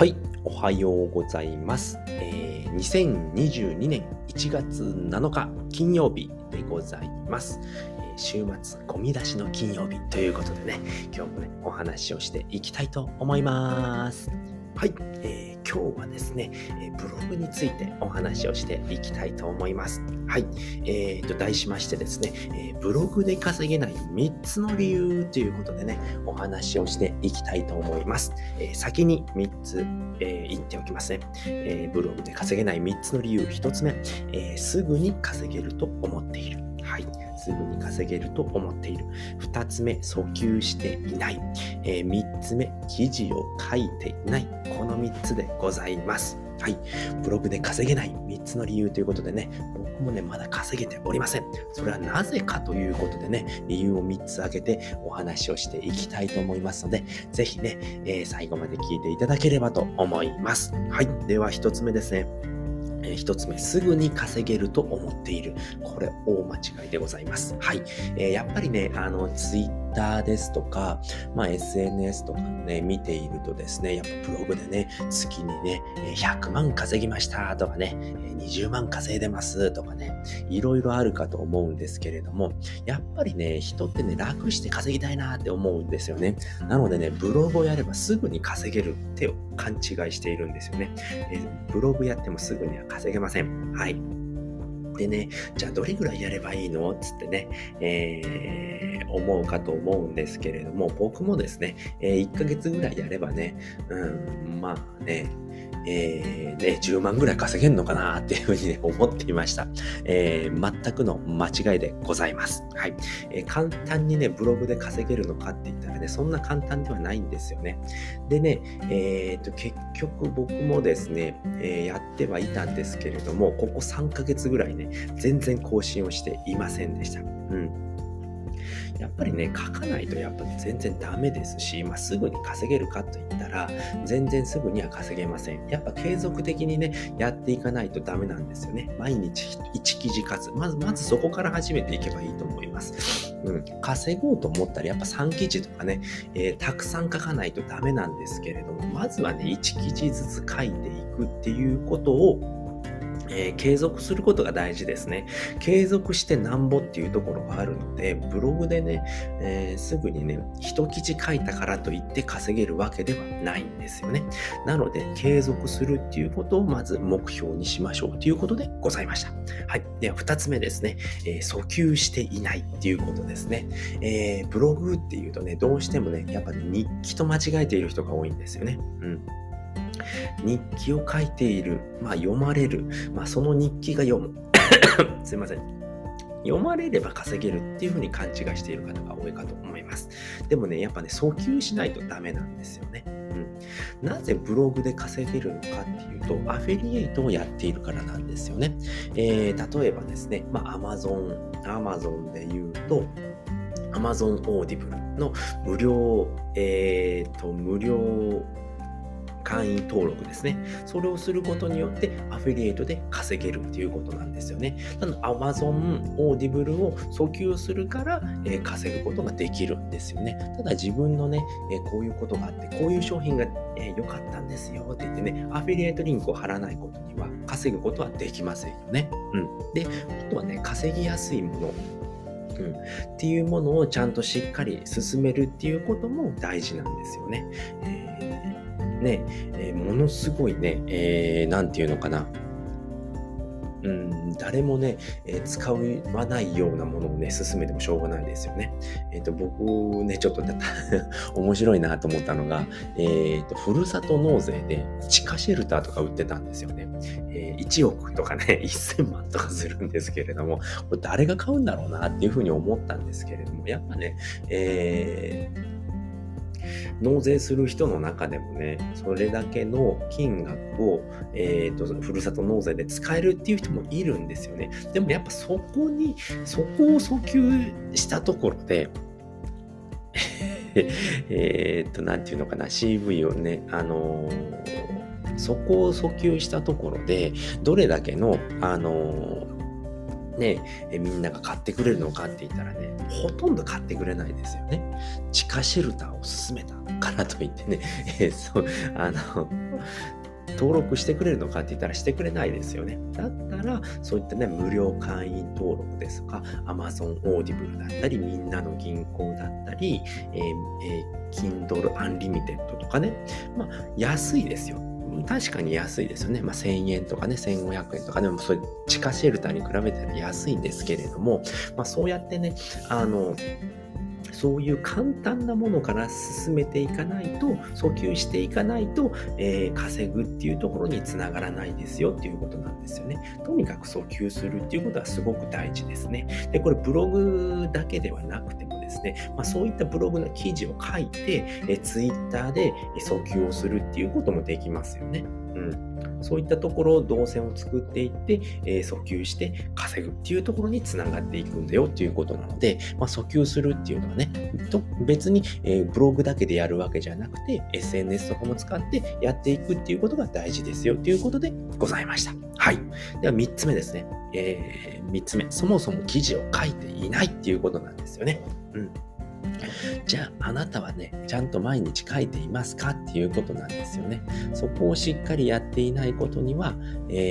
はい、おはようございます。2022年1月7日金曜日でございます。週末ゴミ出しの金曜日ということでね、今日もね、お話をしていきたいと思います。はい、今日はですね、ブログについてお話をしていきたいと思います。はい、題しましてですね、ブログで稼げない3つの理由ということでね、お話をしていきたいと思います。先に3つ、言っておきますね。ブログで稼げない3つの理由。1つ目、すぐに稼げると思っている。はい。すぐに稼げると思っている。2つ目、訴求していない。3つ目、記事を書いていない。この3つでございます。はい。ブログで稼げない3つの理由ということでね、僕もね、まだ稼げておりません。それはなぜかということでね、理由を3つ挙げてお話をしていきたいと思いますので、ぜひね、最後まで聞いていただければと思います。はい。では1つ目ですね。一つ目、すぐに稼げると思っている。これ、大間違いでございます。はい。やっぱりね、ツイッターですとか、SNS とかね、見ているとですね、やっぱブログでね、月にね、100万稼ぎましたとかね、20万稼いでますとかね、いろいろあるかと思うんですけれども、やっぱりね、人ってね、楽して稼ぎたいなって思うんですよね。なのでね、ブログをやればすぐに稼げるって勘違いしているんですよね。ブログやってもすぐには稼げません。はい。でね、じゃあどれぐらいやればいいのつってね、思うかと思うんですけれども、僕もですね、1ヶ月ぐらいやればね、10万ぐらい稼げるのかなっていうふうにね、思っていました。全くの間違いでございます。はい。簡単にね、ブログで稼げるのかって言ったらね、そんな簡単ではないんですよね。でね、結局僕もですね、やってはいたんですけれども、ここ3ヶ月ぐらいね、全然更新をしていませんでした。やっぱりね、書かないとやっぱり全然ダメですし、すぐに稼げるかといったら、全然すぐには稼げません。やっぱ継続的にね、やっていかないとダメなんですよね。毎日1記事数。まずそこから始めていけばいいと思います。稼ごうと思ったらやっぱ3記事とかね、たくさん書かないとダメなんですけれども、まずはね、1記事ずつ書いていくっていうことを継続することが大事ですね。継続してなんぼっていうところがあるので、ブログでね、すぐにね、一記事書いたからといって稼げるわけではないんですよね。なので、継続するっていうことをまず目標にしましょうということでございました。はい。では、2つ目ですね。訴求していないっていうことですね。ブログっていうとね、どうしてもね、やっぱね、日記と間違えている人が多いんですよね。日記を書いている、読まれる、その日記がすいません。読まれれば稼げるっていうふうに勘違いしている方が多いかと思います。でもね、やっぱね、訴求しないとダメなんですよね。なぜブログで稼げるのかっていうと、アフィリエイトをやっているからなんですよね。例えばですね、Amazon で言うと、Amazon Audible の無料会員登録ですね。それをすることによってアフィリエイトで稼げるっていうことなんですよね。なので Amazon Audible を訴求するから、稼ぐことができるんですよね。ただ自分のね、こういうことがあって、こういう商品が良かったんですよって言ってね、アフィリエイトリンクを貼らないことには稼ぐことはできませんよね。で、あとはね、稼ぎやすいもの。っていうものをちゃんとしっかり進めるっていうことも大事なんですよね。ものすごいね、なんていうのかな。誰もね、使わないようなものをね、進めてもしょうがないですよね。僕ね、ちょっと面白いなと思ったのが、ふるさと納税で地下シェルターとか売ってたんですよね。1億とかね、1000万とかするんですけれども、これ誰が買うんだろうなっていうふうに思ったんですけれども、やっぱね、納税する人の中でもね、それだけの金額を、ふるさと納税で使えるっていう人もいるんですよね。でもやっぱそこを訴求したところで、なんていうのかな、CV をね、そこを訴求したところで、どれだけの、 ね、みんなが買ってくれるのかって言ったらね、ほとんど買ってくれないですよね。地下シェルターを勧めたからといってね、登録してくれるのかって言ったらしてくれないですよね。だったら、そういったね、無料会員登録ですとか、Amazon Audible だったり、みんなの銀行だったり、Kindle Unlimited とかね、安いですよ。確かに安いですよね。1000円とかね、1500円とかね、そういう地下シェルターに比べたら安いんですけれども、そうやってね、そういう簡単なものから進めていかないと、訴求していかないと、稼ぐっていうところにつながらないですよっていうことなんですよね。とにかく訴求するっていうことはすごく大事ですね。で、これブログだけではなくてもですね、そういったブログの記事を書いて、ツイッターで訴求をするっていうこともできますよね。そういったところを動線を作っていって、訴求して稼ぐっていうところにつながっていくんだよっていうことなので、訴求するっていうのはね、別に、ブログだけでやるわけじゃなくて、SNS とかも使ってやっていくっていうことが大事ですよということでございました。はい。では3つ目ですね。3つ目、そもそも記事を書いていないっていうことなんですよね。じゃああなたはね、ちゃんと毎日書いていますかっていうことなんですよね。そこをしっかりやっていないことには、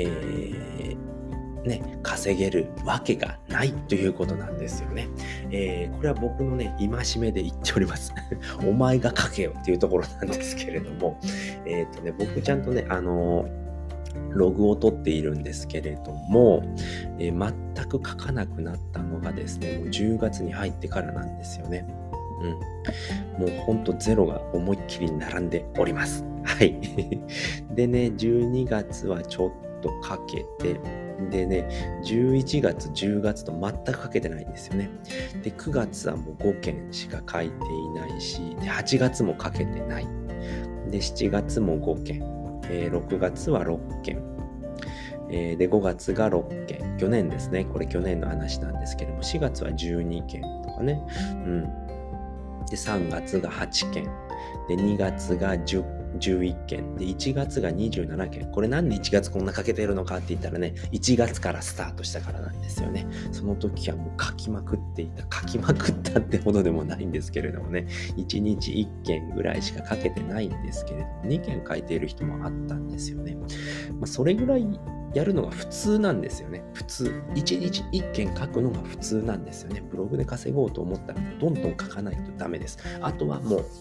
稼げるわけがないということなんですよね。これは僕のね、戒めで言っております。お前が書けよっていうところなんですけれども、僕ちゃんとね、ログを取っているんですけれども、全く書かなくなったのがですね、もう10月に入ってからなんですよね。もうほんとゼロが思いっきり並んでおります。はい。でね、12月はちょっとかけて、でね、11月、10月と全く書けてないんですよね。で、9月はもう5件しか書いていないし、で、8月も書けてない。で、7月も5件。6月は6件。で、5月が6件。去年ですね。これ去年の話なんですけども、4月は12件とかね。で、3月が8件。で、2月が11件。で、1月が27件。これなんで1月こんな書けてるのかって言ったらね、1月からスタートしたからなんですよね。その時はもう書きまくっていた。書きまくったってほどでもないんですけれどもね、1日1件ぐらいしか書けてないんですけれども、2件書いている人もあったんですよね。それぐらいやるのが普通なんですよね。普通。1日1件書くのが普通なんですよね。ブログで稼ごうと思ったらどんどん書かないとダメです。あとはもう、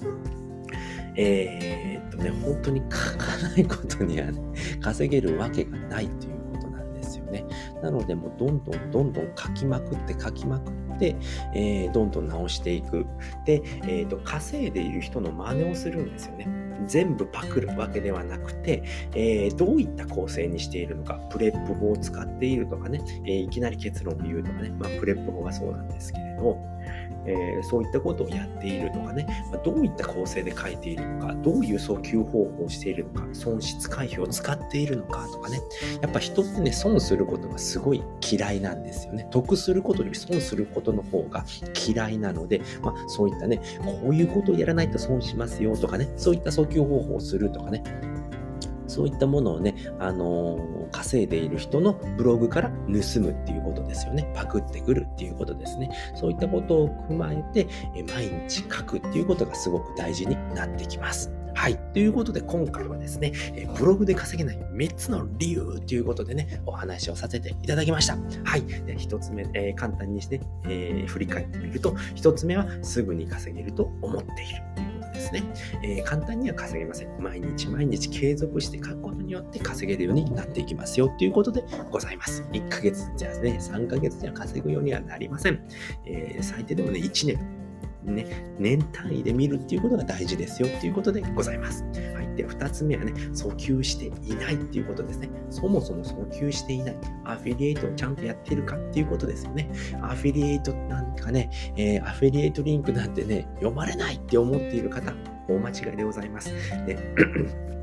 本当に書かないことにはね、稼げるわけがないということなんですよね。なので、もうどんどん書きまくって、どんどん直していく。で、稼いでいる人の真似をするんですよね。全部パクるわけではなくて、どういった構成にしているのか、プレップ法を使っているとかね、いきなり結論を言うとかね、プレップ法がそうなんですけれど、そういったことをやっているとかね、どういった構成で書いているのか、どういう訴求方法をしているのか、損失回避を使っているのかとかね、やっぱ人ってね、損することがすごい嫌いなんですよね。得することより損することの方が嫌いなので、そういったね、こういうことをやらないと損しますよとかね、そういった訴求方法をするとかね、そういったものをね、稼いでいる人のブログから盗むっていうことですよね。パクってくるっていうことですね。そういったことを踏まえて、毎日書くっていうことがすごく大事になってきます。はい。ということで、今回はですね、ブログで稼げない3つの理由ということでね、お話をさせていただきました。はい。で、1つ目、簡単にして、振り返ってみると、1つ目はすぐに稼げると思っているということですね。簡単には稼げません。毎日継続して書くことによって稼げるようになっていきますよということでございます。1ヶ月じゃね、3ヶ月じゃ稼ぐようにはなりません。最低でもね、1年。年単位で見るっていうことが大事ですよっていうことでございます。はい。で、2つ目はね、訴求していないっていうことですね。そもそも訴求していない。アフィリエイトをちゃんとやっているかっていうことですよね。アフィリエイトなんかね、アフィリエイトリンクなんてね、読まれないって思っている方、大間違いでございます。で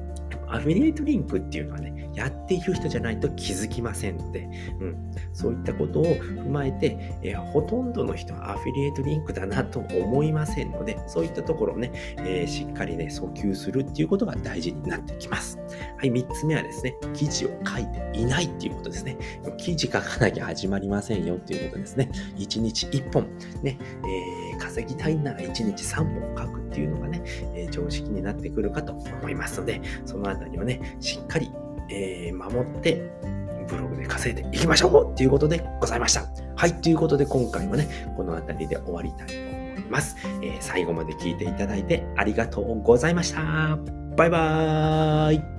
アフィリエイトリンクっていうのはね、やっている人じゃないと気づきませんので、そういったことを踏まえて、ほとんどの人はアフィリエイトリンクだなと思いませんので、そういったところをね、しっかりね、訴求するっていうことが大事になってきます。はい、3つ目はですね、記事を書いていないっていうことですね。記事書かなきゃ始まりませんよっていうことですね。1日1本、ね、稼ぎたいなら1日3本書くっていうのがね、常識になってくるかと思いますので、そのあたりをね、しっかり、守って、ブログで稼いでいきましょうっていうことでございました。はい、ということで今回はね、このあたりで終わりたいと思います。最後まで聞いていただいてありがとうございました。バイバーイ。